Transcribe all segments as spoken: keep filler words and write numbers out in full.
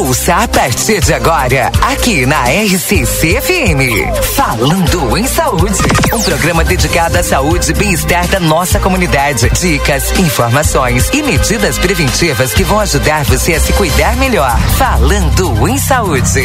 Ouça a partir de agora, aqui na R C C F M, Falando em Saúde. Um programa dedicado à saúde e bem-estar da nossa comunidade. Dicas, informações e medidas preventivas que vão ajudar você a se cuidar melhor. Falando em Saúde.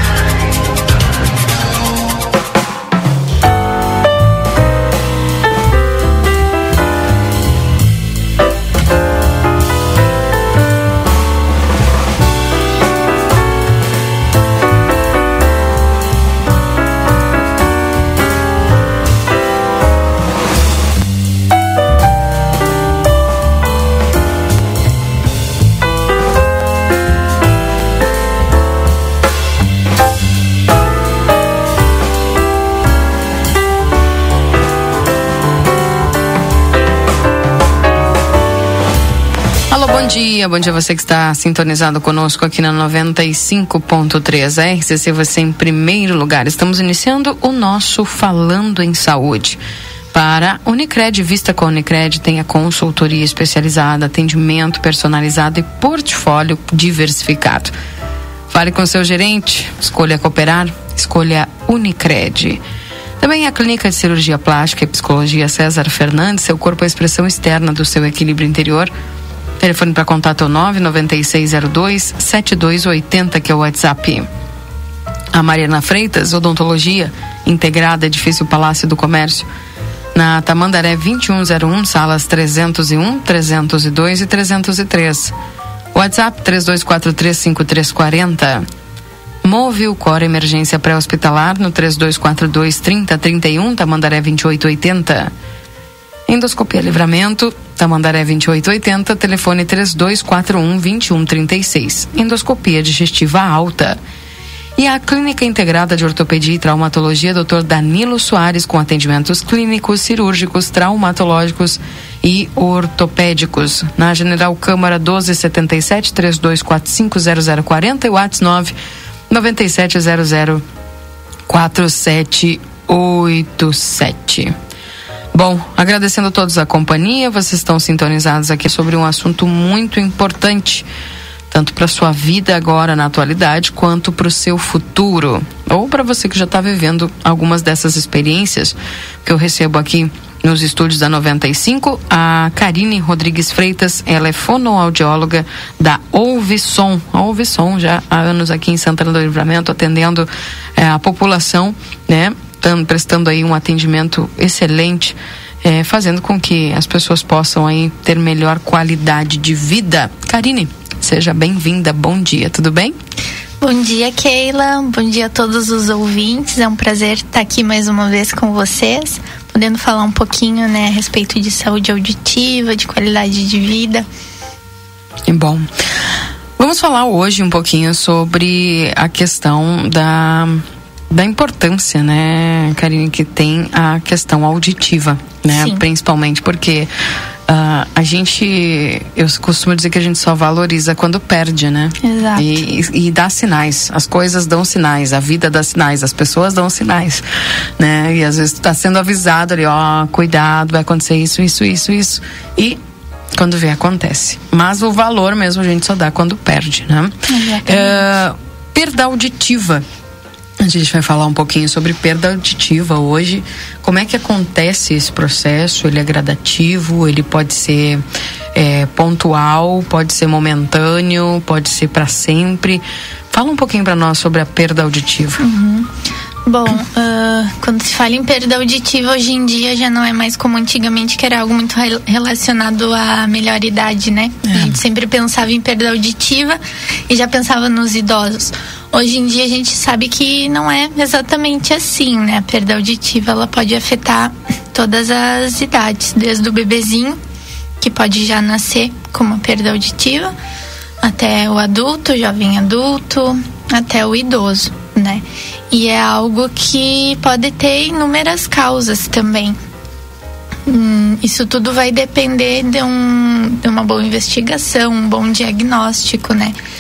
Bom dia, bom dia você que está sintonizado conosco aqui na noventa e cinco ponto três. A R C C, você em primeiro lugar. Estamos iniciando o nosso Falando em Saúde. Para Unicred, vista com a Unicred, tem a consultoria especializada, atendimento personalizado e portfólio diversificado. Fale com seu gerente, escolha cooperar, escolha Unicred. Também a Clínica de Cirurgia Plástica e Psicologia César Fernandes, seu corpo é a expressão externa do seu equilíbrio interior. Telefone para contato é o nove nove seis zero dois sete dois oito zero, que é o WhatsApp. A Mariana Freitas, Odontologia Integrada, Edifício Palácio do Comércio, na Tamandaré vinte e um zero um, salas trezentos e um, trezentos e dois e trezentos e três. WhatsApp três dois quatro três cinco três quatro zero. Move o Cor Emergência Pré-Hospitalar no três dois quatro dois, trinta, trinta e um, Tamandaré vinte e oito oitenta. Endoscopia Livramento, Tamandaré vinte e oito oitenta, telefone três dois quatro um, vinte e um trinta e seis. Endoscopia Digestiva Alta. E a Clínica Integrada de Ortopedia e Traumatologia, doutor Danilo Soares, com atendimentos clínicos, cirúrgicos, traumatológicos e ortopédicos. Na General Câmara doze setenta e sete, três dois quatro cinco, zero zero quatro zero e WhatsApp nove nove sete zero zero quatro sete oito sete. Bom, agradecendo a todos a companhia, vocês estão sintonizados aqui sobre um assunto muito importante, tanto para a sua vida agora na atualidade, quanto para o seu futuro, ou para você que já está vivendo algumas dessas experiências que eu recebo aqui nos estúdios da noventa e cinco. A Karine Rodrigues Freitas, ela é fonoaudióloga da Ouvisom, a Ouvisom já há anos aqui em Santana do Livramento, atendendo é, a população, né? Prestando aí um atendimento excelente, é, fazendo com que as pessoas possam aí ter melhor qualidade de vida. Karine, seja bem-vinda, bom dia, tudo bem? Bom dia, Keila, bom dia a todos os ouvintes, é um prazer estar aqui mais uma vez com vocês, podendo falar um pouquinho, né, a respeito de saúde auditiva, de qualidade de vida. Que bom. Vamos falar hoje um pouquinho sobre a questão da... da importância, né, Karine, que tem a questão auditiva, né? Sim. Principalmente porque uh, a gente, eu costumo dizer que a gente só valoriza quando perde, né? Exato. E, e, e dá sinais, as coisas dão sinais, a vida dá sinais, as pessoas dão sinais, né? E às vezes tu tá sendo avisado ali, ó, cuidado, vai acontecer isso, isso, isso, isso, e quando vê, acontece. Mas o valor mesmo a gente só dá quando perde, né? Uh, perda auditiva. A gente vai falar um pouquinho sobre perda auditiva hoje. Como é que acontece esse processo? Ele é gradativo, ele pode ser é, pontual, pode ser momentâneo, pode ser para sempre. Fala um pouquinho para nós sobre a perda auditiva. Uhum. Bom, uh, quando se fala em perda auditiva, hoje em dia já não é mais como antigamente, que era algo muito re- relacionado à melhor idade, né? É. A gente sempre pensava em perda auditiva e já pensava nos idosos. Hoje em dia a gente sabe que não é exatamente assim, né? A perda auditiva, ela pode afetar todas as idades, desde o bebezinho, que pode já nascer com uma perda auditiva, até o adulto, o jovem adulto, até o idoso, né? E é algo que pode ter inúmeras causas também. Hum, isso tudo vai depender de, um, de uma boa investigação, um bom diagnóstico, né?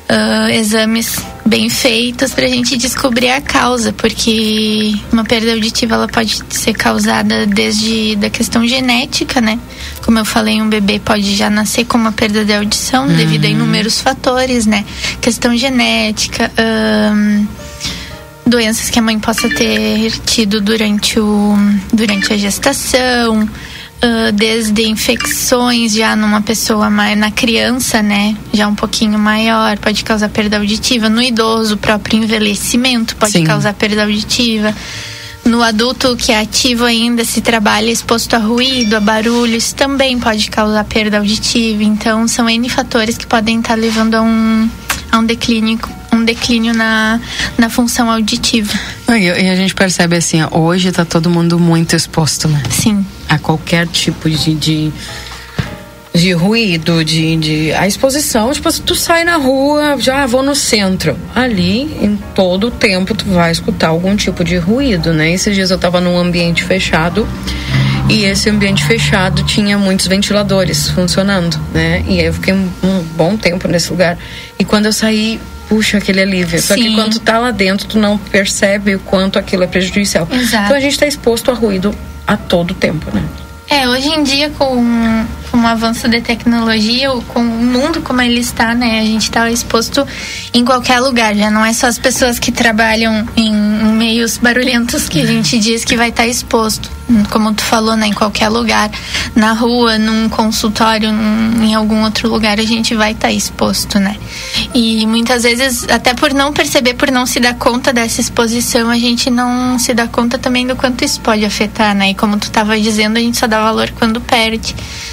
uh, exames bem feitos pra gente descobrir a causa, porque uma perda auditiva ela pode ser causada desde da questão genética, né? Como eu falei, um bebê pode já nascer com uma perda de audição uhum. devido a inúmeros fatores, né? Questão genética, um, doenças que a mãe possa ter tido durante, o, durante a gestação, Uh, desde infecções já numa pessoa mais, na criança, né, já um pouquinho maior, pode causar perda auditiva. No idoso, o próprio envelhecimento pode Sim. causar perda auditiva. No adulto que é ativo ainda, se trabalha exposto a ruído, a barulho, isso também pode causar perda auditiva. Então, são N fatores que podem estar levando a um, a um declínio um declínio na, na função auditiva. E, e a gente percebe assim, hoje tá todo mundo muito exposto, né? Sim. A qualquer tipo de, de, de ruído, de, de... A exposição, tipo, se tu sai na rua, já vou no centro. Ali, em todo o tempo, tu vai escutar algum tipo de ruído, né? Esses dias eu tava num ambiente fechado e esse ambiente fechado tinha muitos ventiladores funcionando, né? E aí eu fiquei um, um bom tempo nesse lugar. E quando eu saí, puxa, aquele alívio. Só Sim. que quando tu tá lá dentro, tu não percebe o quanto aquilo é prejudicial. Exato. Então a gente tá exposto a ruído a todo tempo, né? É, hoje em dia, com, com o avanço da tecnologia, com o mundo como ele está, né? A gente tá exposto em qualquer lugar. Já não é só as pessoas que trabalham em, em meios barulhentos que a gente diz que vai estar exposto. Como tu falou, né? Em qualquer lugar. Na rua, num consultório, num, em algum outro lugar, a gente vai estar exposto, né? E muitas vezes, até por não perceber, por não se dar conta dessa exposição, a gente não se dá conta também do quanto isso pode afetar, né? E como tu estava dizendo, a gente só dá valor quando perde.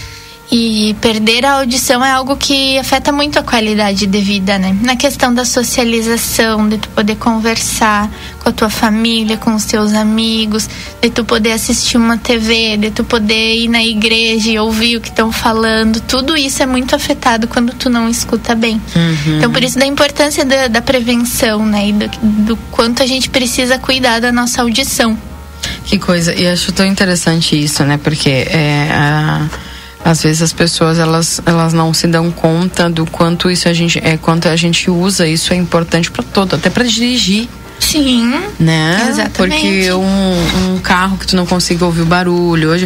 E perder a audição é algo que afeta muito a qualidade de vida, né? Na questão da socialização, de tu poder conversar com a tua família, com os teus amigos, de tu poder assistir uma T V, de tu poder ir na igreja e ouvir o que estão falando. Tudo isso é muito afetado quando tu não escuta bem. Uhum. Então, por isso da importância da, da prevenção, né? E do, do quanto a gente precisa cuidar da nossa audição. Que coisa, e acho tão interessante isso, né? Porque é, a, às vezes as pessoas elas, elas não se dão conta do quanto isso a gente é, quanto a gente usa, isso é importante para todo, até para dirigir. Sim, né? Exatamente. Porque um, um carro que tu não consiga ouvir o barulho hoje,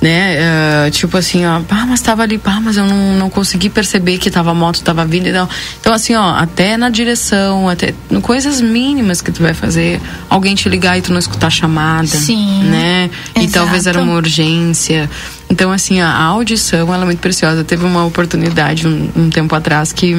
né? Uh, tipo assim, ó, pá, mas tava ali, pá, mas eu não, não consegui perceber que tava a moto, tava vindo e tal. Então assim, ó, até na direção, até coisas mínimas que tu vai fazer, alguém te ligar e tu não escutar a chamada. Sim. Né? E Exato. Talvez era uma urgência. Então assim, a audição, ela é muito preciosa. Teve uma oportunidade um, um tempo atrás que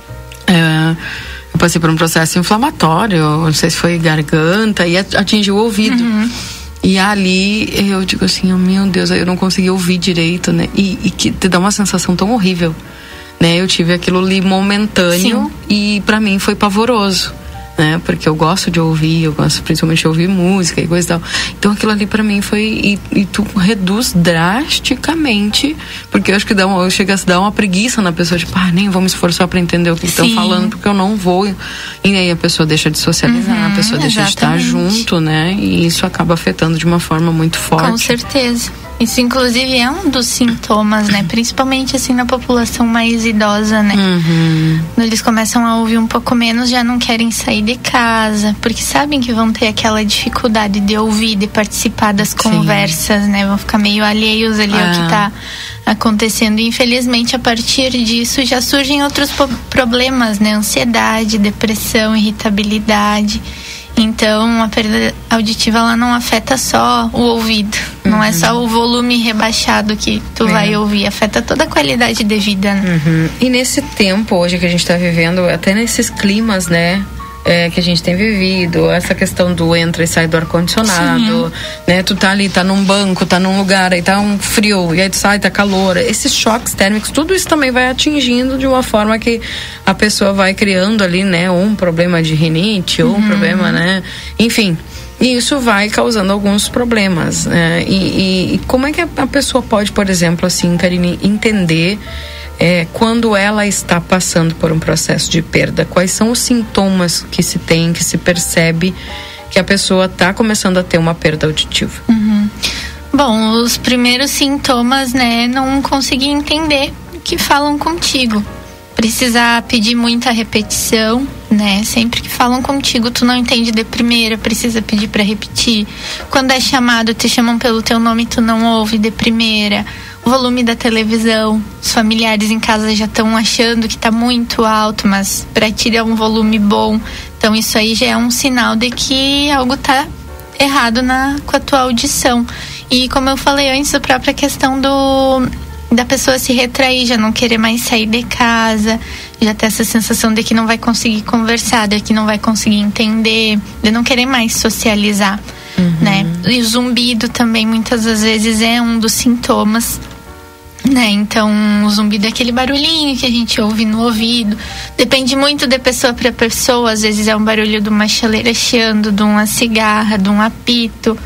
uh, eu passei por um processo inflamatório, não sei se foi garganta, e atingiu o ouvido. Uhum. E ali eu digo assim, oh, meu Deus, eu não consegui ouvir direito, né? E, e que te dá uma sensação tão horrível, né? Eu tive aquilo ali momentâneo. Sim. E pra mim foi pavoroso, né? Porque eu gosto de ouvir, eu gosto principalmente de ouvir música e coisa e tal. Então aquilo ali pra mim foi... E, e tu reduz drasticamente, porque eu acho que dá uma, chega a se dar uma preguiça na pessoa, tipo, ah, nem vou me esforçar pra entender o que estão falando, porque eu não vou. E aí a pessoa deixa de socializar, uhum, a pessoa deixa exatamente. de estar junto, né? E isso acaba afetando de uma forma muito forte. Com certeza. Isso, inclusive, é um dos sintomas, né? Principalmente, assim, na população mais idosa, né? Uhum. Quando eles começam a ouvir um pouco menos, já não querem sair de casa, porque sabem que vão ter aquela dificuldade de ouvir, de participar das Sim. conversas, né? Vão ficar meio alheios ali ah. ao que tá acontecendo. E, infelizmente, a partir disso, já surgem outros problemas, né? Ansiedade, depressão, irritabilidade. Então, a perda auditiva, ela não afeta só o ouvido. Uhum. Não é só o volume rebaixado que tu é. vai ouvir. Afeta toda a qualidade de vida, né? Uhum. E nesse tempo hoje que a gente tá vivendo, até nesses climas, né? É, que a gente tem vivido, essa questão do entra e sai do ar-condicionado, né? Tu tá ali, tá num banco, tá num lugar, aí tá um frio, e aí tu sai, tá calor. Esses choques térmicos, tudo isso também vai atingindo de uma forma que a pessoa vai criando ali, né? Ou um problema de rinite, ou um uhum. problema, né? Enfim, e isso vai causando alguns problemas, né? E, e, e como é que a pessoa pode, por exemplo, assim, Karine, entender... É, quando ela está passando por um processo de perda, quais são os sintomas que se tem, que se percebe que a pessoa está começando a ter uma perda auditiva? Uhum. Bom, os primeiros sintomas, né, não conseguir entender o que falam contigo. precisar pedir muita repetição, né? Sempre que falam contigo, tu não entende de primeira, precisa pedir para repetir. Quando é chamado, te chamam pelo teu nome, tu não ouve de primeira. O volume da televisão, os familiares em casa já estão achando que tá muito alto, mas para ti é um volume bom. Então isso aí já é um sinal de que algo tá errado na, com a tua audição. E como eu falei antes, a própria questão do da pessoa se retrair, já não querer mais sair de casa, já ter essa sensação de que não vai conseguir conversar, de que não vai conseguir entender, de não querer mais socializar, uhum. né? E o zumbido também muitas das vezes é um dos sintomas, né? Então, o zumbido é aquele barulhinho que a gente ouve no ouvido. Depende muito de pessoa para pessoa. Às vezes é um barulho de uma chaleira chiando, de uma cigarra, de um apito.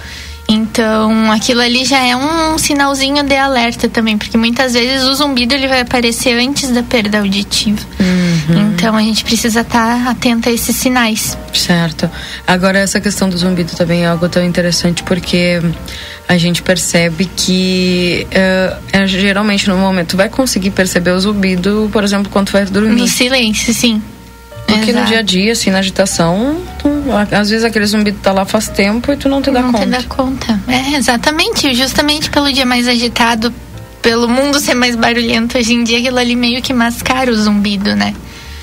Então, aquilo ali já é um sinalzinho de alerta também, porque muitas vezes o zumbido ele vai aparecer antes da perda auditiva. Uhum. Então, a gente precisa estar atenta a esses sinais. Certo. Agora, essa questão do zumbido também é algo tão interessante, porque a gente percebe que uh, é, geralmente no momento vai conseguir perceber o zumbido, por exemplo, quando tu vai dormir. No silêncio, sim. Porque Exato. No dia a dia, assim, na agitação, tu, às vezes aquele zumbido tá lá faz tempo e tu não te dá não conta. Não te dá conta. É, exatamente. Justamente pelo dia mais agitado, pelo mundo ser mais barulhento hoje em dia, aquilo ali meio que mascara o zumbido, né?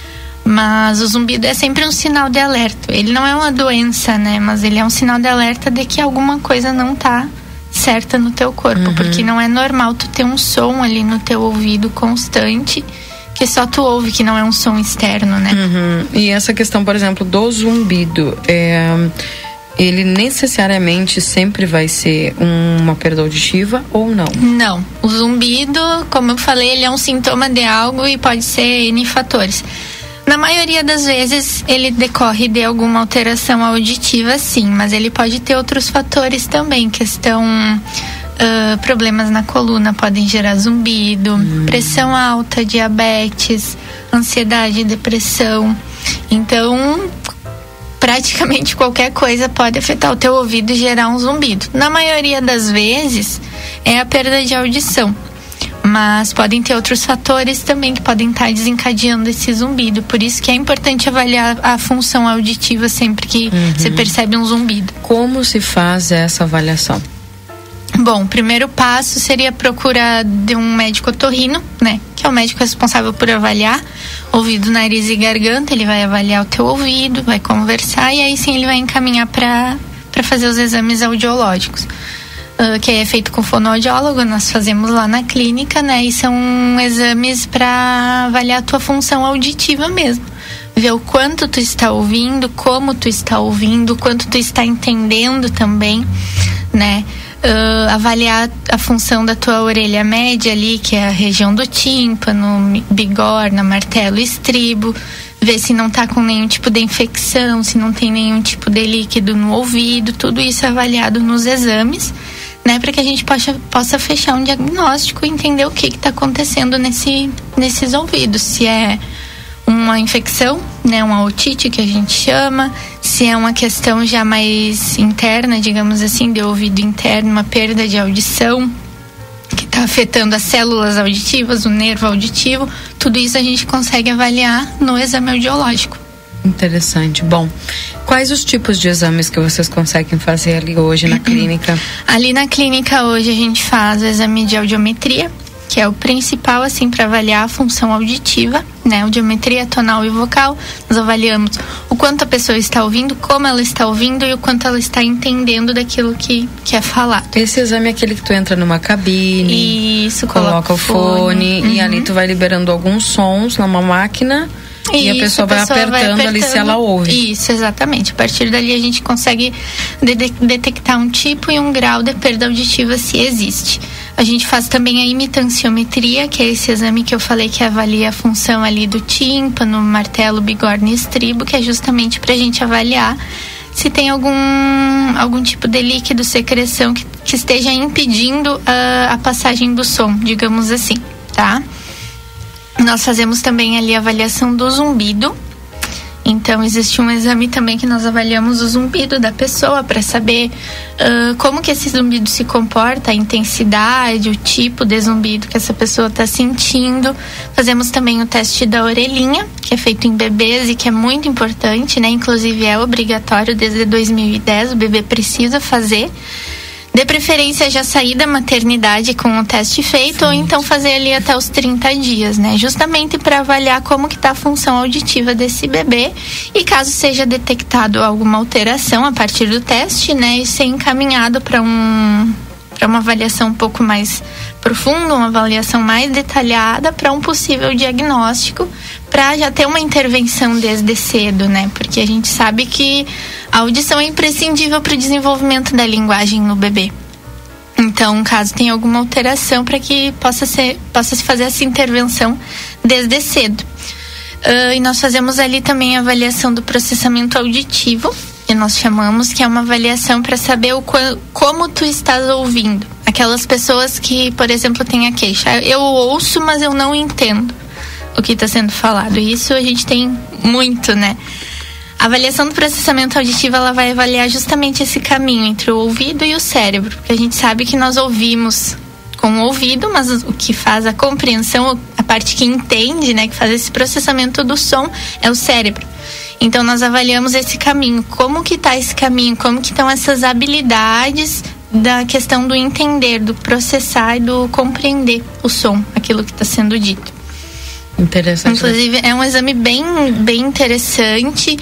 Mas o zumbido é sempre um sinal de alerta. Ele não é uma doença, né? Mas ele é um sinal de alerta de que alguma coisa não tá certa no teu corpo. Uhum. Porque não é normal tu ter um som ali no teu ouvido constante, que só tu ouve, que não é um som externo, né? Uhum. E essa questão, por exemplo, do zumbido, é, ele necessariamente sempre vai ser uma perda auditiva ou não? Não. O zumbido, como eu falei, ele é um sintoma de algo e pode ser N fatores. Na maioria das vezes, ele decorre de alguma alteração auditiva, sim, mas ele pode ter outros fatores também, questão... Uh, problemas na coluna podem gerar zumbido, hum. pressão alta, diabetes, ansiedade, depressão. Então, praticamente qualquer coisa pode afetar o teu ouvido e gerar um zumbido. Na maioria das vezes, é a perda de audição. Mas podem ter outros fatores também que podem estar desencadeando esse zumbido. Por isso que é importante avaliar a função auditiva sempre que uhum. você percebe um zumbido. Como se faz essa avaliação? Bom, o primeiro passo seria a procura de um médico otorrino, né? Que é o médico responsável por avaliar ouvido, nariz e garganta. Ele vai avaliar o teu ouvido, vai conversar e aí sim ele vai encaminhar para para fazer os exames audiológicos. Uh, que é feito com fonoaudiólogo, nós fazemos lá na clínica, né? E são exames para avaliar a tua função auditiva mesmo. Ver o quanto tu está ouvindo, como tu está ouvindo, quanto tu está entendendo também, né? Uh, avaliar a função da tua orelha média ali, que é a região do tímpano, bigorna, martelo, estribo, ver se não tá com nenhum tipo de infecção, se não tem nenhum tipo de líquido no ouvido, tudo isso é avaliado nos exames, né, para que a gente possa, possa fechar um diagnóstico e entender o que que tá acontecendo nesse, nesses ouvidos, se é uma infecção, né, uma otite que a gente chama, se é uma questão já mais interna, digamos assim, de ouvido interno, uma perda de audição que está afetando as células auditivas, o nervo auditivo, tudo isso a gente consegue avaliar no exame audiológico. Interessante. Bom, quais os tipos de exames que vocês conseguem fazer ali hoje na clínica? Ali na clínica hoje a gente faz o exame de audiometria, que é o principal, assim, para avaliar a função auditiva, né? Audiometria tonal e vocal. Nós avaliamos o quanto a pessoa está ouvindo, como ela está ouvindo e o quanto ela está entendendo daquilo que, que é falado. Esse exame é aquele que tu entra numa cabine, isso, coloca, coloca o fone, fone uhum. e ali tu vai liberando alguns sons numa máquina. E Isso, a pessoa, vai, a pessoa apertando vai apertando ali se ela ouve. Isso, exatamente. A partir dali a gente consegue de- de- detectar um tipo e um grau de perda auditiva se existe. A gente faz também a imitanciometria, que é esse exame que eu falei que avalia a função ali do tímpano, martelo, bigorna e estribo, que é justamente pra gente avaliar se tem algum, algum tipo de líquido, secreção que, que esteja impedindo uh, a passagem do som, digamos assim, tá? Nós fazemos também ali a avaliação do zumbido. Então, existe um exame também que nós avaliamos o zumbido da pessoa para saber uh, como que esse zumbido se comporta, a intensidade, o tipo de zumbido que essa pessoa está sentindo. Fazemos também o teste da orelhinha, que é feito em bebês e que é muito importante, né? Inclusive é obrigatório desde dois mil e dez, o bebê precisa fazer. De preferência já sair da maternidade com o teste feito, sim, ou então fazer ali até os trinta dias, né? Justamente para avaliar como que está a função auditiva desse bebê e caso seja detectado alguma alteração a partir do teste, né? E ser encaminhado para um, para uma avaliação um pouco mais profunda, uma avaliação mais detalhada para um possível diagnóstico, para já ter uma intervenção desde cedo, né? Porque a gente sabe que a audição é imprescindível para o desenvolvimento da linguagem no bebê. Então, caso tenha alguma alteração, para que possa ser, possa se fazer essa intervenção desde cedo. Uh, e nós fazemos ali também a avaliação do processamento auditivo, que nós chamamos, que é uma avaliação para saber o qual, como tu estás ouvindo. Aquelas pessoas que, por exemplo, têm a queixa. Eu ouço, mas eu não entendo o que está sendo falado. E isso a gente tem muito, né? A avaliação do processamento auditivo, ela vai avaliar justamente esse caminho entre o ouvido e o cérebro. Porque a gente sabe que nós ouvimos com o ouvido, mas o que faz a compreensão, a parte que entende, né, que faz esse processamento do som, é o cérebro. Então, nós avaliamos esse caminho. Como que está esse caminho? Como que estão essas habilidades da questão do entender, do processar e do compreender o som, aquilo que está sendo dito. Interessante. Inclusive, é um exame bem, bem interessante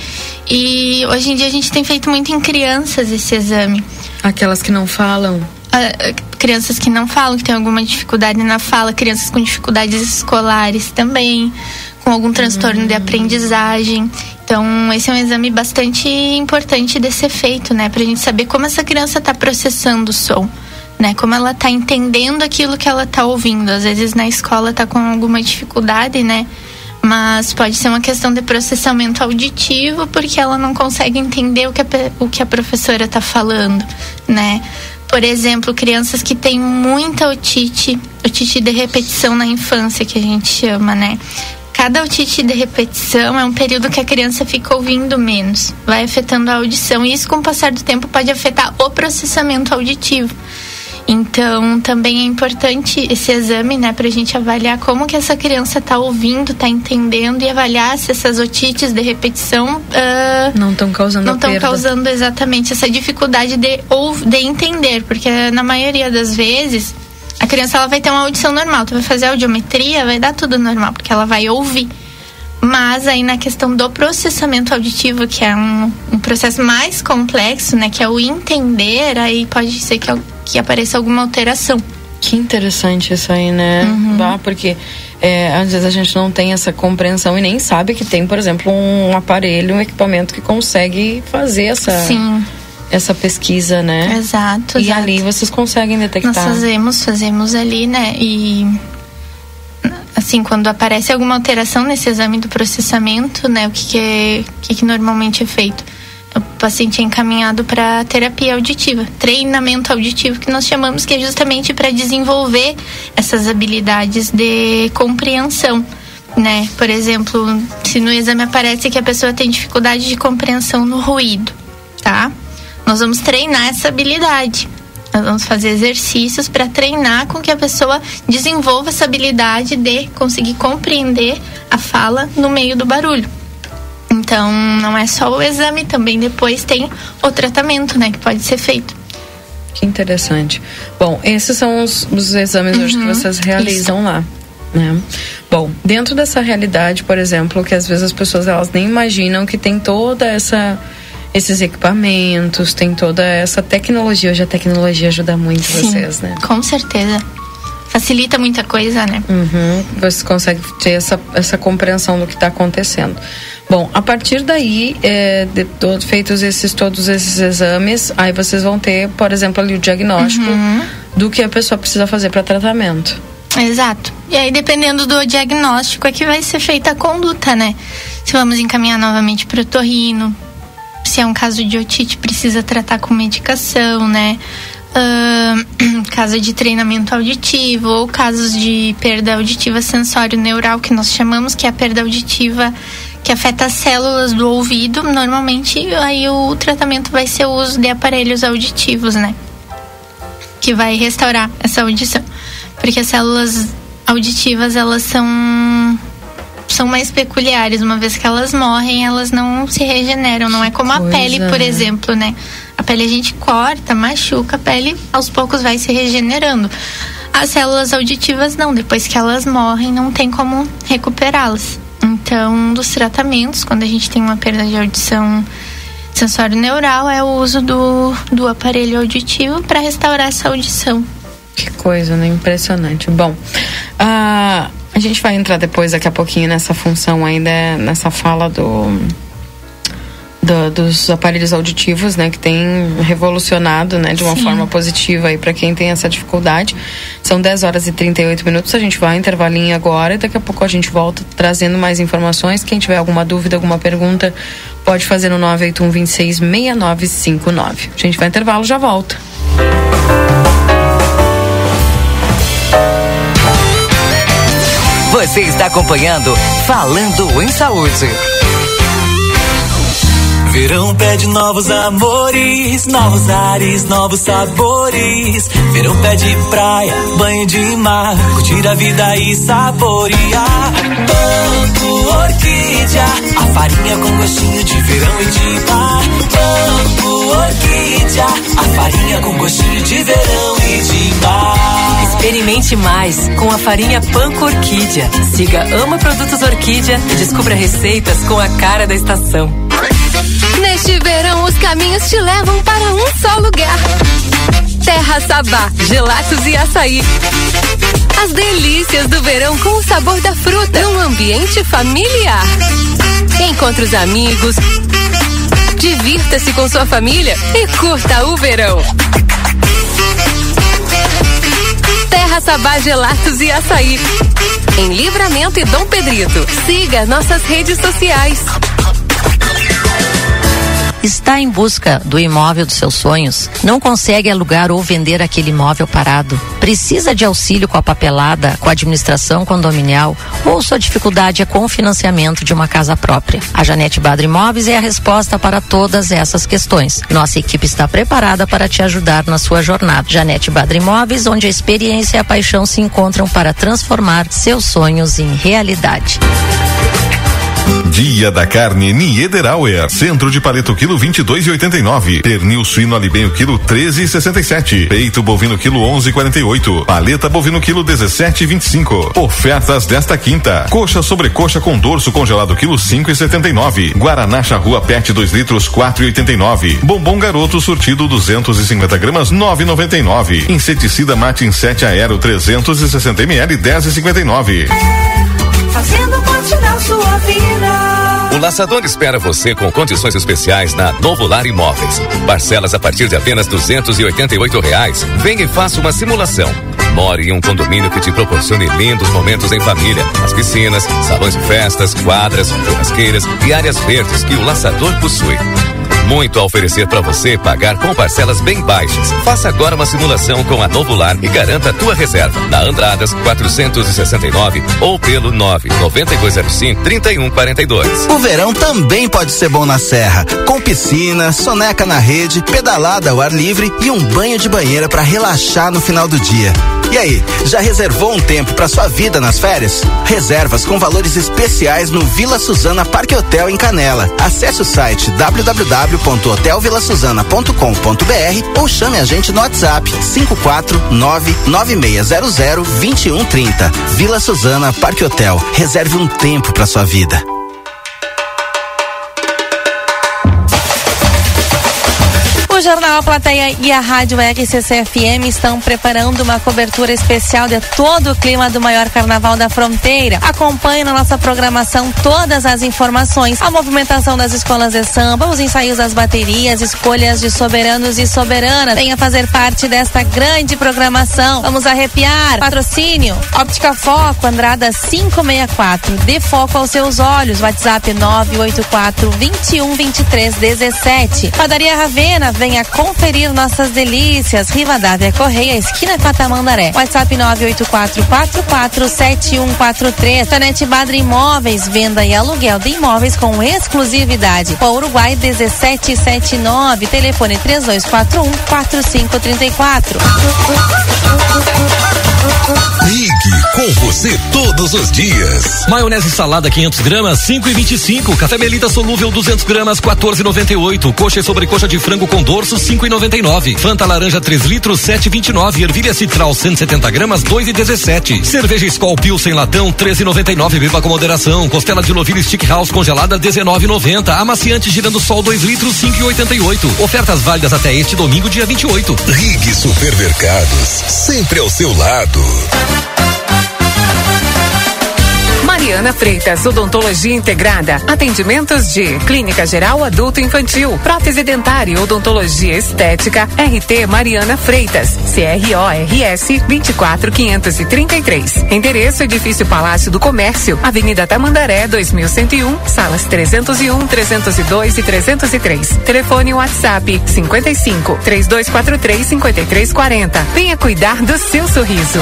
e hoje em dia a gente tem feito muito em crianças esse exame. Aquelas que não falam? Ah, crianças que não falam, que têm alguma dificuldade na fala, crianças com dificuldades escolares também, com algum transtorno hum. de aprendizagem. Então, esse é um exame bastante importante de ser feito, né? Pra gente saber como essa criança tá processando o som, né? Como ela tá entendendo aquilo que ela tá ouvindo. Às vezes na escola tá com alguma dificuldade, né? Mas pode ser uma questão de processamento auditivo, porque ela não consegue entender o que a, o que a professora tá falando, né? Por exemplo, crianças que têm muita otite, otite de repetição na infância, que a gente chama, né? Cada otite de repetição é um período que a criança fica ouvindo menos, vai afetando a audição, e isso com o passar do tempo pode afetar o processamento auditivo. Então, também é importante esse exame, né, pra gente avaliar como que essa criança tá ouvindo, tá entendendo, e avaliar se essas otites de repetição uh, não estão causando não estão causando exatamente essa dificuldade de, ou, de entender, porque na maioria das vezes a criança ela vai ter uma audição normal, tu vai fazer a audiometria, vai dar tudo normal, porque ela vai ouvir. Mas aí na questão do processamento auditivo, que é um, um processo mais complexo, né, que é o entender, aí pode ser que, que apareça alguma alteração. Que interessante isso aí, né? Uhum. Bah, porque é, às vezes a gente não tem essa compreensão e nem sabe que tem, por exemplo, um aparelho, um equipamento que consegue fazer essa... Sim. essa pesquisa, né? Exato, E exato. ali vocês conseguem detectar. Nós fazemos, fazemos ali, né? E assim, quando aparece alguma alteração nesse exame do processamento, né? O que que, é, o que, que normalmente é feito? O paciente é encaminhado para terapia auditiva, treinamento auditivo, que nós chamamos, que é justamente para desenvolver essas habilidades de compreensão, né? Por exemplo, se no exame aparece que a pessoa tem dificuldade de compreensão no ruído, tá? Nós vamos treinar essa habilidade. Nós vamos fazer exercícios para treinar com que a pessoa desenvolva essa habilidade de conseguir compreender a fala no meio do barulho. Então, não é só o exame, também depois tem o tratamento, né, que pode ser feito. Que interessante. Bom, esses são os, os exames uhum, hoje que vocês realizam isso. lá, né? Bom, dentro dessa realidade, por exemplo, que às vezes as pessoas elas nem imaginam que tem toda essa... esses equipamentos, tem toda essa tecnologia. Hoje a tecnologia ajuda muito Sim, vocês, né? Com certeza. Facilita muita coisa, né? Uhum, você consegue ter essa, essa compreensão do que está acontecendo. Bom, a partir daí, é, de, de, feitos esses, todos esses exames, aí vocês vão ter, por exemplo, ali o diagnóstico uhum. do que a pessoa precisa fazer para tratamento. Exato. E aí, dependendo do diagnóstico, é que vai ser feita a conduta, né? Se vamos encaminhar novamente para o otorrino, se é um caso de otite, precisa tratar com medicação, né? Uh, caso de treinamento auditivo, ou casos de perda auditiva sensório-neural, que nós chamamos, que é a perda auditiva que afeta as células do ouvido, normalmente aí o tratamento vai ser o uso de aparelhos auditivos, né? Que vai restaurar essa audição. Porque as células auditivas, elas são são mais peculiares. Uma vez que elas morrem, elas não se regeneram. Não é como a pele, por exemplo, né? A pele a gente corta, machuca, a pele aos poucos vai se regenerando. As células auditivas não, depois que elas morrem, não tem como recuperá-las. Então, um dos tratamentos, quando a gente tem uma perda de audição sensório neural, é o uso do, do aparelho auditivo para restaurar essa audição. Que coisa, né? Impressionante. Bom, a, a gente vai entrar depois, daqui a pouquinho, nessa função ainda, nessa fala do... Do, dos aparelhos auditivos, né, que tem revolucionado, né, de uma Sim. forma positiva aí para quem tem essa dificuldade. São dez horas e trinta e oito minutos, a gente vai intervalinho agora e daqui a pouco a gente volta trazendo mais informações. Quem tiver alguma dúvida, alguma pergunta, pode fazer no nove oito um, dois seis, seis nove cinco nove. A gente vai intervalo, já volta. Você está acompanhando Falando em Saúde. Verão pede novos amores, novos ares, novos sabores. Verão pede praia, banho de mar, curtir a vida e saborear. Banco Orquídea, a farinha com gostinho de verão e de mar. Banco Orquídea, a farinha com gostinho de verão e de mar. Experimente mais com a farinha Panko Orquídea. Siga Ama Produtos Orquídea e descubra receitas com a cara da estação. Neste verão, os caminhos te levam para um só lugar. Terra Sabá, gelatos e açaí. As delícias do verão com o sabor da fruta num ambiente familiar. Encontre os amigos, divirta-se com sua família e curta o verão. Terra Sabá, gelatos e açaí. Em Livramento e Dom Pedrito. Siga nossas redes sociais. Está em busca do imóvel dos seus sonhos? Não consegue alugar ou vender aquele imóvel parado? Precisa de auxílio com a papelada, com a administração condominial? Ou sua dificuldade é com o financiamento de uma casa própria? A Janete Badra Imóveis é a resposta para todas essas questões. Nossa equipe está preparada para te ajudar na sua jornada. Janete Badra Imóveis, onde a experiência e a paixão se encontram para transformar seus sonhos em realidade. Dia da Carne Niederauer. Centro de paleto quilo vinte e dois e oitenta e nove. Pernil suíno alibenho quilo treze e sessenta e sete. Peito bovino quilo onze e quarenta e oito. Paleta bovino quilo dezessete e vinte e cinco. Ofertas desta quinta. Coxa sobrecoxa com dorso congelado quilo cinco e setenta e nove. Guaraná Charrua Pet dois litros quatro e oitenta e nove. Bombom Garoto surtido duzentos e cinquenta gramas nove e noventa e nove. Inseticida Mate Inset Aero trezentos e sessenta mililitros dez e cinquenta e nove. Fazendo parte da sua vida. O Laçador espera você com condições especiais na Novo Lar Imóveis. Parcelas a partir de apenas duzentos e oitenta e oito reais. Venha e faça uma simulação. More em um condomínio que te proporcione lindos momentos em família. As piscinas, salões de festas, quadras, churrasqueiras e áreas verdes que o Laçador possui. Muito a oferecer para você pagar com parcelas bem baixas. Faça agora uma simulação com a Novo Lar e garanta a tua reserva. Na Andradas quatrocentos e sessenta e nove ou pelo nove nove dois zero cinco, três um quatro dois. O verão também pode ser bom na serra, com piscina, soneca na rede, pedalada ao ar livre e um banho de banheira para relaxar no final do dia. E aí, já reservou um tempo para sua vida nas férias? Reservas com valores especiais no Vila Suzana Parque Hotel em Canela. Acesse o site w w w ponto hotel vila suzana ponto com ponto b r ou chame a gente no WhatsApp cinco quatro nove nove seis zero zero dois um três zero. Vila Suzana Parque Hotel. Reserve um tempo para sua vida. O Jornal A Plateia e a Rádio R C C F M estão preparando uma cobertura especial de todo o clima do maior carnaval da fronteira. Acompanhe na nossa programação todas as informações, a movimentação das escolas de samba, os ensaios das baterias, escolhas de soberanos e soberanas. Venha fazer parte desta grande programação. Vamos arrepiar. Patrocínio Óptica Foco, Andrada quinhentos e sessenta e quatro. Dê foco aos seus olhos. WhatsApp nove oito quatro, dois um, dois três um sete. Padaria Ravena, Venha conferir nossas delícias. Rivadavia Correia, esquina Catamandaré. WhatsApp nove oito quatro quatro quatro sete um quatro três. Tanete Badra Imóveis, venda e aluguel de imóveis com exclusividade. Rua Uruguai dezessete setenta e nove, telefone três dois quatro um quatro cinco três quatro. Ligue com você todos os dias. Maionese salada quinhentos gramas, cinco e vinte e cinco. Café Melita solúvel duzentos gramas, quatorze e noventa e oito. Coxa e sobrecoxa de frango com dorso, cinco e noventa e nove. Fanta laranja três litros, sete e vinte e nove. Ervilha citral cento e setenta gramas, dois e dezessete. Cerveja Skol Pilsen latão, treze e noventa e nove. Beba com moderação. Costela de novilho Stick House congelada, dezenove e noventa. Amaciante girando sol dois litros, cinco e oitenta e oito. Ofertas válidas até este domingo, dia vinte e oito. Rig Supermercados, sempre ao seu lado. Mariana Freitas, Odontologia Integrada. Atendimentos de clínica geral adulto infantil, prótese dentária e odontologia estética. R T Mariana Freitas, C R O R S vinte e quatro quinhentos e trinta e três. Endereço Edifício Palácio do Comércio, Avenida Tamandaré dois mil cento e um, salas trezentos e um, trezentos e dois e trezentos e três. Telefone WhatsApp cinquenta e cinco, três dois quatro três, cinquenta e três quarenta. Venha cuidar do seu sorriso.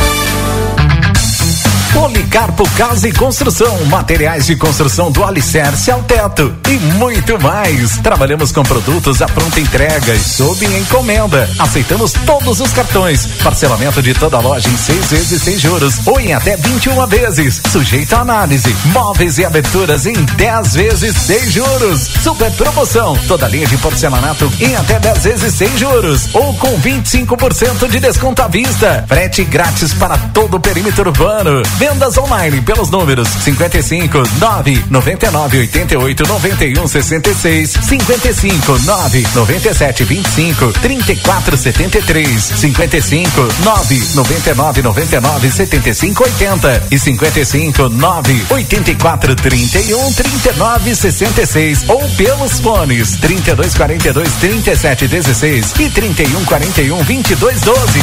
Policarpo Casa e Construção, materiais de construção do alicerce ao teto e muito mais. Trabalhamos com produtos à pronta entrega e sob encomenda. Aceitamos todos os cartões. Parcelamento de toda a loja em seis vezes sem juros ou em até vinte e uma vezes. Sujeito a análise. Móveis e aberturas em dez vezes sem juros. Super promoção. Toda linha de porcelanato em até dez vezes sem juros ou com vinte e cinco por cento de desconto à vista. Frete grátis para todo o perímetro urbano. Vendas online pelos números cinquenta e cinco, nove, noventa e nove, oitenta e oito, noventa e um, sessenta e seis, cinquenta e cinco, nove, noventa e sete, vinte e cinco, trinta e quatro, setenta e três, cinquenta e cinco, nove, noventa e nove, noventa e nove, setenta e cinco, oitenta e cinquenta e cinco, nove, oitenta e quatro, trinta e um, trinta e nove, sessenta e seis ou pelos fones trinta e dois, quarenta e dois, trinta e sete, dezesseis e trinta e um, quarenta e um, vinte e dois, doze.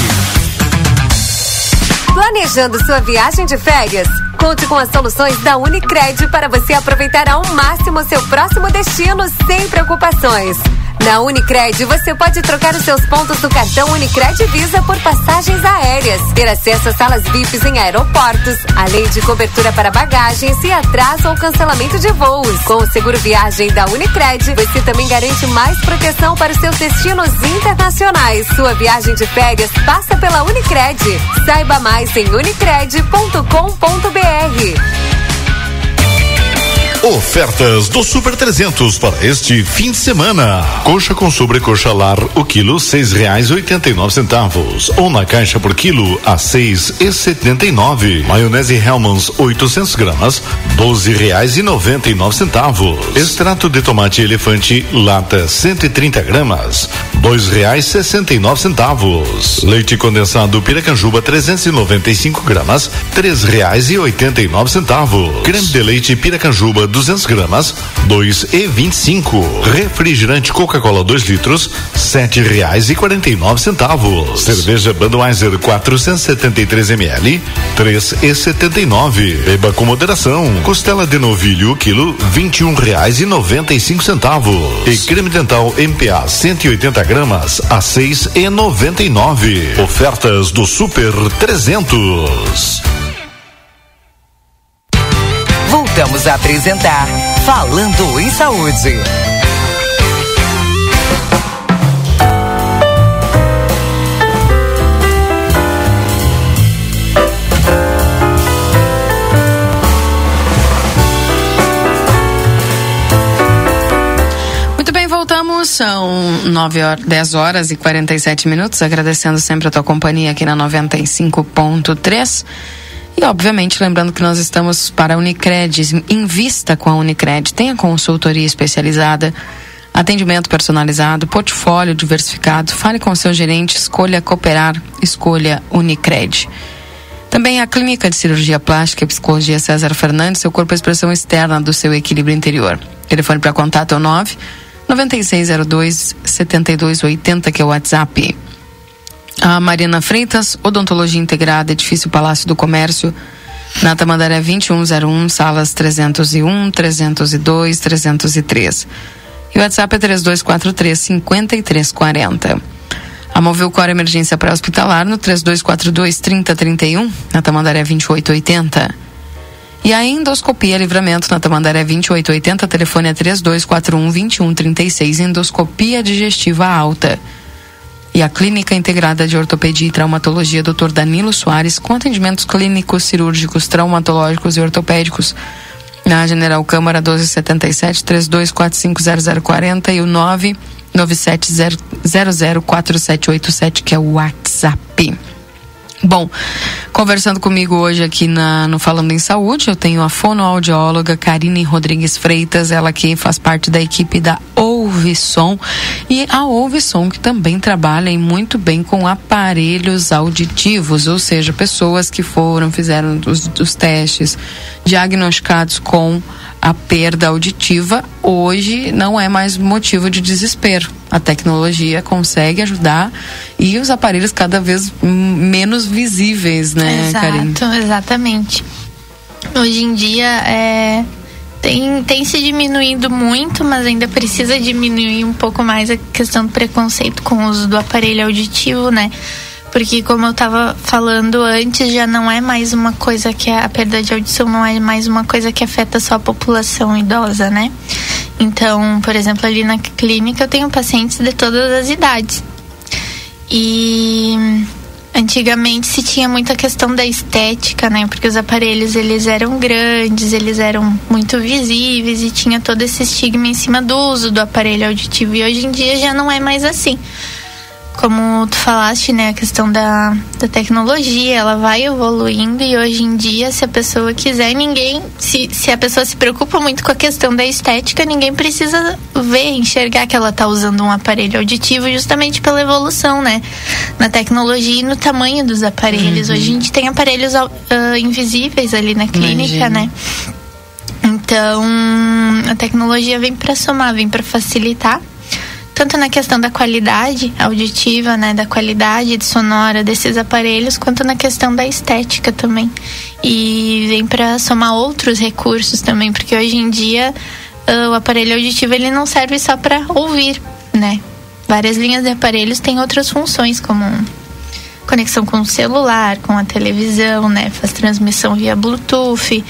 Planejando sua viagem de férias? Conte com as soluções da Unicred para você aproveitar ao máximo seu próximo destino sem preocupações. Na Unicred, você pode trocar os seus pontos do cartão Unicred Visa por passagens aéreas, ter acesso a salas V I Ps em aeroportos, além de cobertura para bagagens e atraso ou cancelamento de voos. Com o seguro viagem da Unicred, você também garante mais proteção para os seus destinos internacionais. Sua viagem de férias passa pela Unicred. Saiba mais em unicred ponto com ponto br. Ofertas do Super trezentos para este fim de semana. Coxa com sobrecoxa lar, o quilo seis reais e oitenta e nove centavos, ou na caixa por quilo a seis e setenta e nove. Maionese Hellmann's oitocentos gramas, doze reais e noventa e nove centavos. Extrato de tomate elefante lata cento e trinta gramas, dois reais e sessenta e nove centavos. Leite condensado Piracanjuba trezentos e noventa e cinco gramas, três reais e oitenta e nove centavos. Creme de leite Piracanjuba duzentos gramas, dois e vinte e cinco. Refrigerante Coca-Cola dois litros, sete reais e quarenta e nove centavos. Cerveja Budweiser quatrocentos e setenta e três mililitros, três e setenta e nove. Beba com moderação. Costela de novilho quilo, vinte e um reais e noventa e cinco centavos. E creme dental M P A cento e oitenta gramas a seis e noventa e nove. Ofertas do Super trezentos. Voltamos a apresentar Falando em Saúde. Muito bem, voltamos, são nove horas, dez horas e quarenta e sete minutos, agradecendo sempre a tua companhia aqui na noventa e cinco ponto três. E, obviamente, lembrando que nós estamos para a Unicred. Invista com a Unicred. Tenha consultoria especializada, atendimento personalizado, portfólio diversificado. Fale com o seu gerente, escolha cooperar, escolha Unicred. Também a Clínica de Cirurgia Plástica e Psicologia César Fernandes, seu corpo é a expressão externa do seu equilíbrio interior. Telefone para contato é o nove nove seis zero dois sete dois oito zero, que é o WhatsApp. A Mariana Freitas, Odontologia Integrada, Edifício Palácio do Comércio, na Tamandaré vinte e um zero um, salas trezentos e um, trezentos e dois, trezentos e três. E o WhatsApp é três dois quatro três, cinco três quatro zero. A Movilcor Emergência Pré-Hospitalar no três dois quatro dois, três zero três um, na Tamandaré vinte e oito oitenta. E a Endoscopia Livramento na Tamandaré vinte e oito oitenta, telefone é três dois quatro um, vinte e um trinta e seis, endoscopia digestiva alta. E a Clínica Integrada de Ortopedia e Traumatologia doutor Danilo Soares, com atendimentos clínicos, cirúrgicos, traumatológicos e ortopédicos, na General Câmara doze setenta e sete, três dois quatro cinco zero zero quatro zero e o nove nove sete zero zero quatro sete oito sete, que é o WhatsApp. Bom, conversando comigo hoje aqui na, no Falando em Saúde, eu tenho a fonoaudióloga Karine Rodrigues Freitas, ela que faz parte da equipe da Ouvisom, e a Ouvisom que também trabalha e muito bem com aparelhos auditivos, ou seja, pessoas que foram, fizeram os, os testes, diagnosticados com a perda auditiva, hoje não é mais motivo de desespero. A tecnologia consegue ajudar e os aparelhos cada vez menos visíveis, né, Karine? Exato, exatamente. Hoje em dia é, tem, tem se diminuindo muito, mas ainda precisa diminuir um pouco mais a questão do preconceito com o uso do aparelho auditivo, né? Porque, como eu estava falando antes, já não é mais uma coisa que a, a perda de audição não é mais uma coisa que afeta só a população idosa, né? Então, por exemplo, ali na clínica eu tenho pacientes de todas as idades. E antigamente se tinha muita questão da estética, né? Porque os aparelhos, eles eram grandes, eles eram muito visíveis e tinha todo esse estigma em cima do uso do aparelho auditivo. E hoje em dia já não é mais assim. Como tu falaste, né, a questão da, da tecnologia, ela vai evoluindo e hoje em dia, se a pessoa quiser, ninguém, se, se a pessoa se preocupa muito com a questão da estética, ninguém precisa ver, enxergar que ela está usando um aparelho auditivo justamente pela evolução, né, na tecnologia e no tamanho dos aparelhos. Uhum. Hoje a gente tem aparelhos uh, invisíveis ali na clínica, Imagina. né? Então, a tecnologia vem para somar, vem para facilitar, tanto na questão da qualidade auditiva, né, da qualidade sonora desses aparelhos, quanto na questão da estética também. E vem para somar outros recursos também, porque hoje em dia uh, o aparelho auditivo ele não serve só para ouvir, né? Várias linhas de aparelhos têm outras funções, como conexão com o celular, com a televisão, né? Faz transmissão via Bluetooth.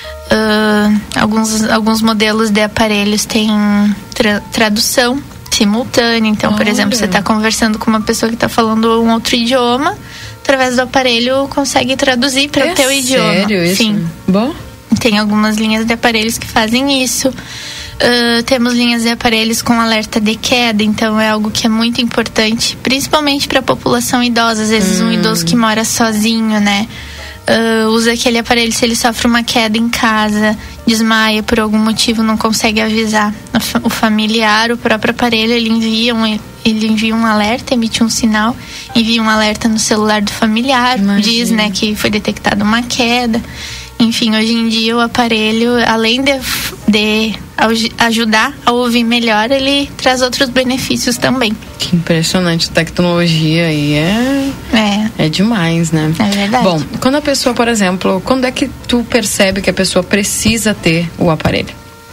Uh, alguns, alguns modelos de aparelhos têm tra- tradução simultânea. Então, Olha. por exemplo, você está conversando com uma pessoa que está falando um outro idioma, através do aparelho consegue traduzir para o é teu idioma. Sério isso? Sim. Bom. Tem algumas linhas de aparelhos que fazem isso. Uh, temos linhas de aparelhos com alerta de queda, então é algo que é muito importante, principalmente para a população idosa. Às vezes hum. um idoso que mora sozinho, né? Uh, usa aquele aparelho, se ele sofre uma queda em casa, desmaia por algum motivo, não consegue avisar o familiar, o próprio aparelho, ele envia um, ele envia um alerta, emite um sinal, envia um alerta no celular do familiar, Imagina. diz, né, que foi detectada uma queda. Enfim, hoje em dia o aparelho, além de, de ajudar a ouvir melhor, ele traz outros benefícios também. Que impressionante, a tecnologia aí é, é, é demais, né? É verdade. Bom, quando a pessoa, por exemplo, quando é que tu percebe que a pessoa precisa ter o aparelho?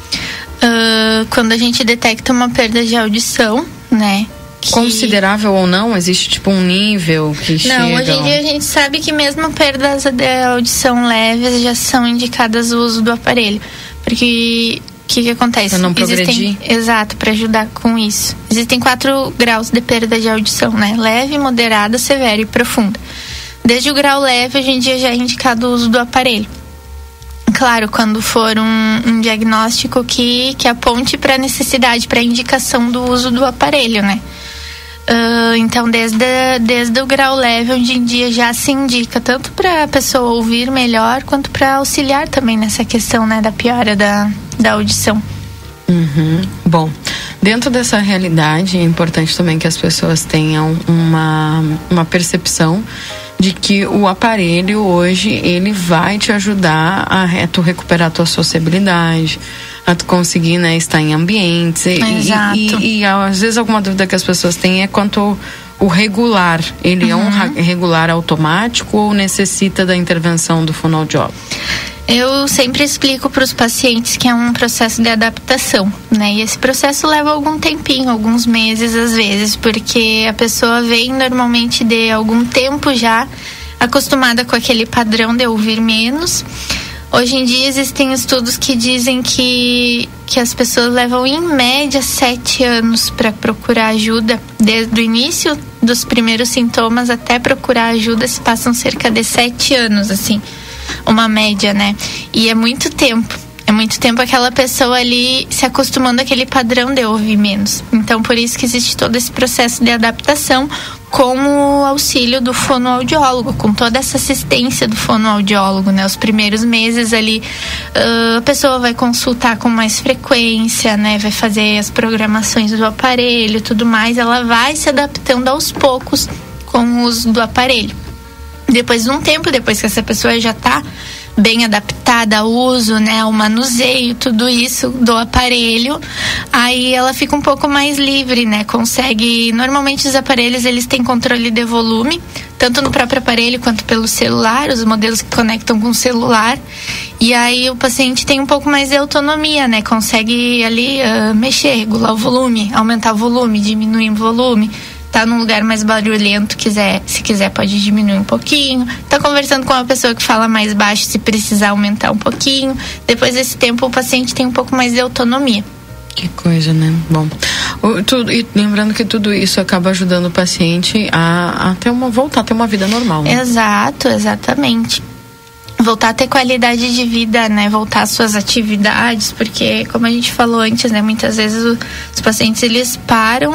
Uh, quando a gente detecta uma perda de audição, né? Que... Considerável ou não? Existe tipo um nível que chega? Não, hoje em dia a gente sabe que mesmo perdas de audição leves já são indicadas o uso do aparelho. Porque o que, que acontece? Pra não progredir? Existem, exato, para ajudar com isso. Existem quatro graus de perda de audição, né? Leve, moderada, severa e profunda. Desde o grau leve, hoje em dia já é indicado o uso do aparelho. Claro, quando for um, um diagnóstico que, que aponte para a necessidade, para a indicação do uso do aparelho, né? Uh, então, desde, desde o grau leve, hoje em dia já se indica tanto para a pessoa ouvir melhor, quanto para auxiliar também nessa questão, né, da piora da, da audição. Uhum. Bom, dentro dessa realidade, é importante também que as pessoas tenham uma, uma percepção de que o aparelho hoje, ele vai te ajudar a, a tu recuperar a tua sociabilidade, a tu conseguir, né, estar em ambientes. Exato. E, e, e às vezes alguma dúvida que as pessoas têm é quanto o regular, ele uhum. é um regular automático ou necessita da intervenção do fonoaudiólogo? Eu sempre explico para os pacientes que é um processo de adaptação, né? E esse processo leva algum tempinho, alguns meses às vezes, porque a pessoa vem normalmente de algum tempo já acostumada com aquele padrão de ouvir menos. Hoje em dia existem estudos que dizem que, que as pessoas levam em média sete anos para procurar ajuda. Desde o início dos primeiros sintomas até procurar ajuda se passam cerca de sete anos, assim. Uma média, né? E é muito tempo. É muito tempo aquela pessoa ali se acostumando àquele padrão de ouvir menos. Então, por isso que existe todo esse processo de adaptação com o auxílio do fonoaudiólogo, com toda essa assistência do fonoaudiólogo, né? Os primeiros meses ali, uh, a pessoa vai consultar com mais frequência, né? Vai fazer as programações do aparelho, tudo mais. Ela vai se adaptando aos poucos com o uso do aparelho. Depois de um tempo, depois que essa pessoa já está bem adaptada ao uso, né, ao manuseio, tudo isso do aparelho, aí ela fica um pouco mais livre, né, consegue, normalmente os aparelhos eles têm controle de volume, tanto no próprio aparelho quanto pelo celular, os modelos que conectam com o celular, e aí o paciente tem um pouco mais de autonomia, né, consegue ali uh, mexer, regular o volume, aumentar o volume, diminuir o volume, tá num lugar mais barulhento, quiser, se quiser pode diminuir um pouquinho, tá conversando com uma pessoa que fala mais baixo, se precisar aumentar um pouquinho, depois desse tempo o paciente tem um pouco mais de autonomia. Que coisa, né? Bom, o, tudo, e lembrando que tudo isso acaba ajudando o paciente a, a ter uma, voltar a ter uma vida normal, né? Exato, exatamente. Voltar a ter qualidade de vida, né? Voltar às suas atividades, porque como a gente falou antes, né? Muitas vezes o, os pacientes eles param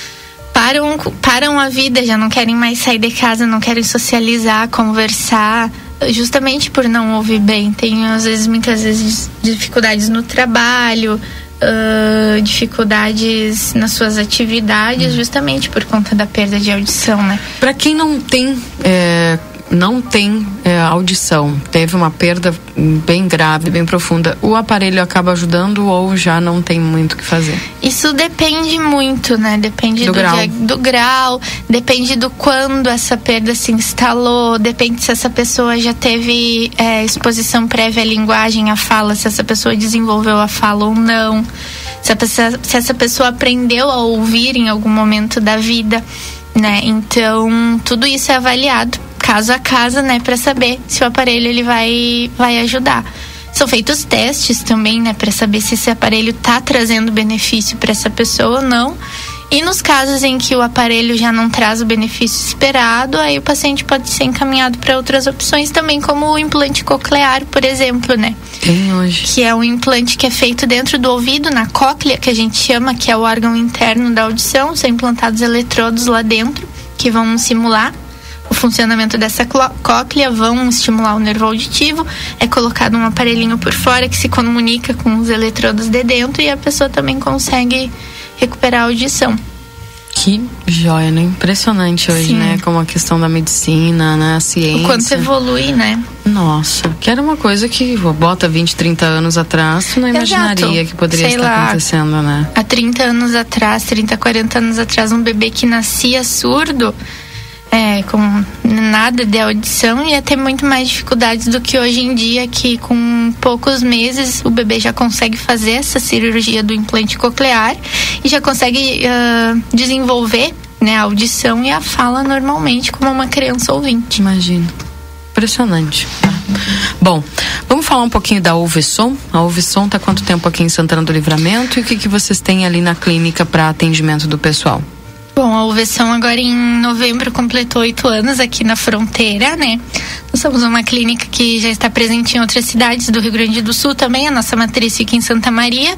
Param, param a vida, já não querem mais sair de casa, não querem socializar, conversar, justamente por não ouvir bem. Tem, às vezes, muitas vezes, dificuldades no trabalho, uh, dificuldades nas suas atividades, hum. justamente por conta da perda de audição, né? Para quem não tem... É... não tem é, audição, teve uma perda bem grave, bem profunda, o aparelho acaba ajudando ou já não tem muito o que fazer? Isso depende muito, né? Depende do, do, grau. Dia, do grau, depende do quando essa perda se instalou, depende se essa pessoa já teve é, exposição prévia à linguagem, à fala, se essa pessoa desenvolveu a fala ou não, se, a pessoa, se essa pessoa aprendeu a ouvir em algum momento da vida, né? Então, tudo isso é avaliado caso a caso, né, para saber se o aparelho ele vai vai ajudar. São feitos testes também, né, para saber se esse aparelho tá trazendo benefício para essa pessoa ou não. E nos casos em que o aparelho já não traz o benefício esperado, aí o paciente pode ser encaminhado para outras opções também, como o implante coclear, por exemplo, né? Tem hoje. Que é um implante que é feito dentro do ouvido, na cóclea, que a gente chama, que é o órgão interno da audição. São implantados eletrodos lá dentro, que vão simular o funcionamento dessa cóclea, vão estimular o nervo auditivo, é colocado um aparelhinho por fora que se comunica com os eletrodos de dentro e a pessoa também consegue recuperar a audição. Que joia, né? Impressionante hoje, Sim. né? Como a questão da medicina, né? A ciência. O quanto evolui, né? Nossa, que era uma coisa que bota vinte, trinta anos atrás, tu não imaginaria Exato. que poderia Sei estar lá, acontecendo, né? Há trinta anos atrás, trinta, quarenta anos atrás, um bebê que nascia surdo, É, com nada de audição, ia ter muito mais dificuldades do que hoje em dia, que com poucos meses o bebê já consegue fazer essa cirurgia do implante coclear e já consegue uh, desenvolver, né, a audição e a fala normalmente como uma criança ouvinte. Imagino. Impressionante. Tá. Bom, vamos falar um pouquinho da Ouvisom. A Ouvisom está há quanto tempo aqui em Santana do Livramento e o que, que vocês têm ali na clínica para atendimento do pessoal? Bom, a Ouvisom agora em novembro completou oito anos aqui na fronteira, né? Nós somos uma clínica que já está presente em outras cidades do Rio Grande do Sul também. A nossa matriz fica em Santa Maria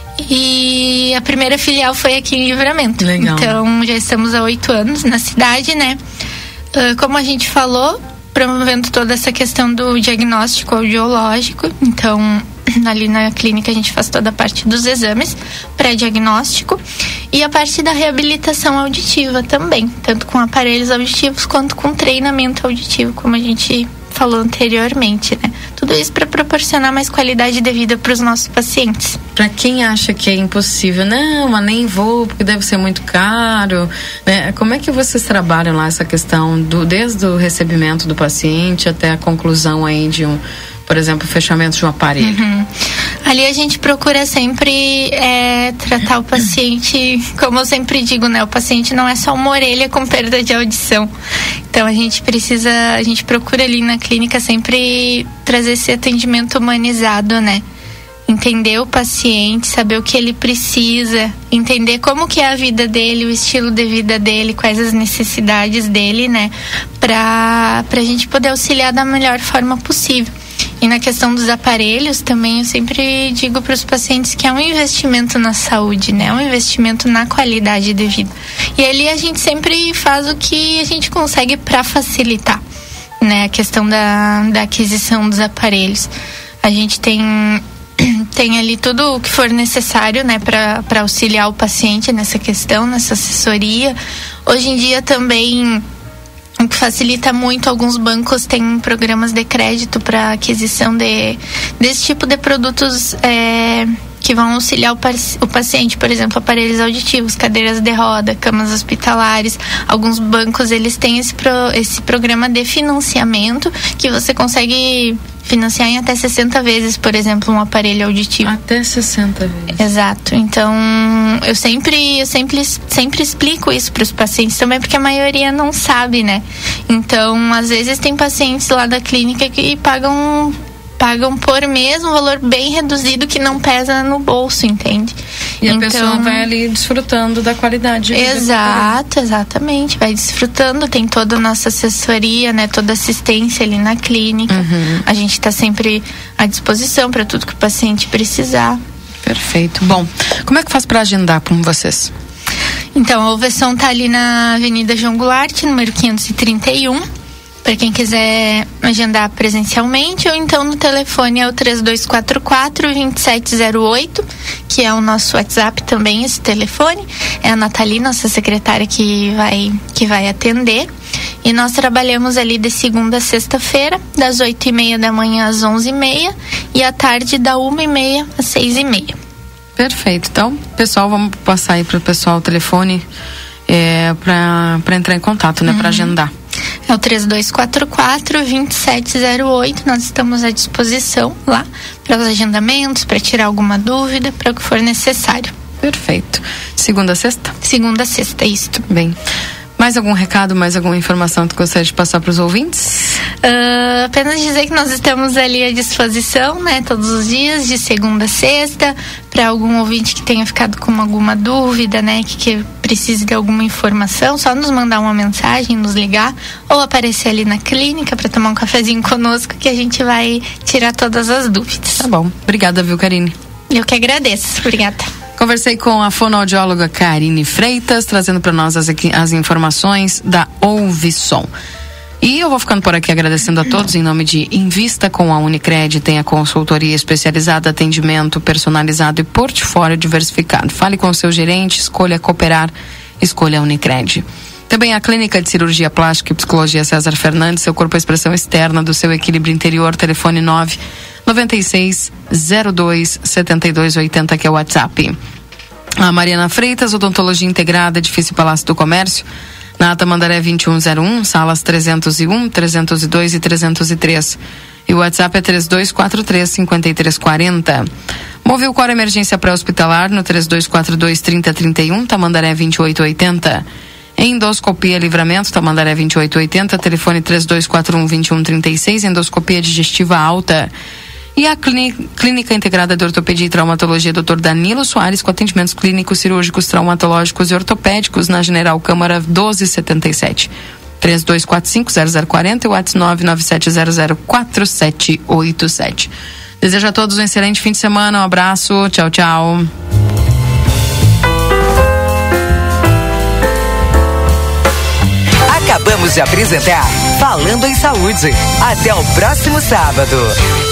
e a primeira filial foi aqui em Livramento. Legal. Então já estamos há oito anos na cidade, né? Uh, como a gente falou, promovendo toda essa questão do diagnóstico audiológico. Então, ali na clínica a gente faz toda a parte dos exames pré-diagnóstico e a parte da reabilitação auditiva também, tanto com aparelhos auditivos quanto com treinamento auditivo, como a gente falou anteriormente, né? Tudo isso para proporcionar mais qualidade de vida para os nossos pacientes. Para quem acha que é impossível, não, mas nem vou porque deve ser muito caro, né? Como é que vocês trabalham lá essa questão do, desde o recebimento do paciente até a conclusão aí de um por exemplo, o fechamento de um aparelho? Uhum. Ali a gente procura sempre é, tratar o paciente, como eu sempre digo, né? O paciente não é só uma orelha com perda de audição. Então a gente precisa, a gente procura ali na clínica sempre trazer esse atendimento humanizado, né? Entender o paciente, saber o que ele precisa, entender como que é a vida dele, o estilo de vida dele, quais as necessidades dele, né? Pra, pra gente poder auxiliar da melhor forma possível. E na questão dos aparelhos também eu sempre digo para os pacientes que é um investimento na saúde, né? Um investimento na qualidade de vida. E ali a gente sempre faz o que a gente consegue para facilitar, né? A questão da, da aquisição dos aparelhos. A gente tem tem ali tudo o que for necessário, né, para para auxiliar o paciente nessa questão, nessa assessoria. Hoje em dia também, o que facilita muito, alguns bancos têm programas de crédito para aquisição de, desse tipo de produtos é, que vão auxiliar o, o paciente, por exemplo, aparelhos auditivos, cadeiras de roda, camas hospitalares. Alguns bancos, eles têm esse, pro, esse programa de financiamento que você consegue financiar em até sessenta vezes, por exemplo, um aparelho auditivo. Até sessenta vezes. Exato. Então, eu sempre, eu sempre, sempre explico isso para os pacientes também, porque a maioria não sabe, né? Então, às vezes tem pacientes lá da clínica que pagam pagam por mês um valor bem reduzido que não pesa no bolso, entende? E então, a pessoa vai ali desfrutando da qualidade. Exato, exatamente. Vai desfrutando, tem toda a nossa assessoria, né? Toda a assistência ali na clínica. Uhum. A gente está sempre à disposição para tudo que o paciente precisar. Perfeito. Bom, como é que faz para agendar com vocês? Então, a Ovesson tá ali na Avenida João Goulart, número quinhentos e trinta e um. Para quem quiser agendar presencialmente, ou então no telefone é o três dois quatro quatro, dois sete zero oito, que é o nosso WhatsApp também, esse telefone. É a Nathalie, nossa secretária, que vai, que vai atender. E nós trabalhamos ali de segunda a sexta-feira, das oito e meia da manhã às onze e meia, e à tarde da uma e meia às seis e meia. Perfeito. Então, pessoal, vamos passar aí para o pessoal o telefone é, para entrar em contato, né? Uhum. Para agendar. É o três dois quatro quatro, dois sete zero oito. Nós estamos à disposição lá para os agendamentos, para tirar alguma dúvida, para o que for necessário. Perfeito. Segunda a sexta? Segunda a sexta, isto. Bem. Mais algum recado, mais alguma informação que gostaria de passar para os ouvintes? Uh, apenas dizer que nós estamos ali à disposição, né? Todos os dias, de segunda a sexta, para algum ouvinte que tenha ficado com alguma dúvida, né? Que, que precise de alguma informação, só nos mandar uma mensagem, nos ligar, ou aparecer ali na clínica para tomar um cafezinho conosco, que a gente vai tirar todas as dúvidas. Tá bom. Obrigada, viu, Karine? Eu que agradeço. Obrigada. Conversei com a fonoaudióloga Karine Freitas, trazendo para nós as, as informações da Ouvisom. E eu vou ficando por aqui agradecendo a todos em nome de Invista com a Unicred. Tem a consultoria especializada, atendimento personalizado e portfólio diversificado. Fale com o seu gerente, escolha cooperar, escolha a Unicred. Também a Clínica de Cirurgia Plástica e Psicologia César Fernandes, seu corpo é a expressão externa do seu equilíbrio interior. Telefone nove noventa e seis, zero dois, setenta e dois, oitenta, que é o WhatsApp. A Mariana Freitas, Odontologia Integrada, Edifício Palácio do Comércio, na Tamandaré vinte e um zero um, salas trezentos e um, trezentos e dois e trezentos e três. E o WhatsApp é três dois quatro três, cinco três quatro zero. Movil Cor Emergência Pré-Hospitalar no três dois quatro dois, trinta, trinta e um, Tamandaré vinte e oito oitenta. Endoscopia Livramento, Tamandaré vinte e oito oitenta, telefone três dois quatro um, vinte e um trinta e seis, endoscopia digestiva alta. E a Clínica Integrada de Ortopedia e Traumatologia doutor Danilo Soares, com atendimentos clínicos, cirúrgicos, traumatológicos e ortopédicos, na General Câmara doze setenta e sete. três dois quatro cinco, zero zero quatro zero e o WhatsApp nove nove sete zero zero quatro sete oito sete. Desejo a todos um excelente fim de semana, um abraço, tchau, tchau. Acabamos de apresentar Falando em Saúde. Até o próximo sábado.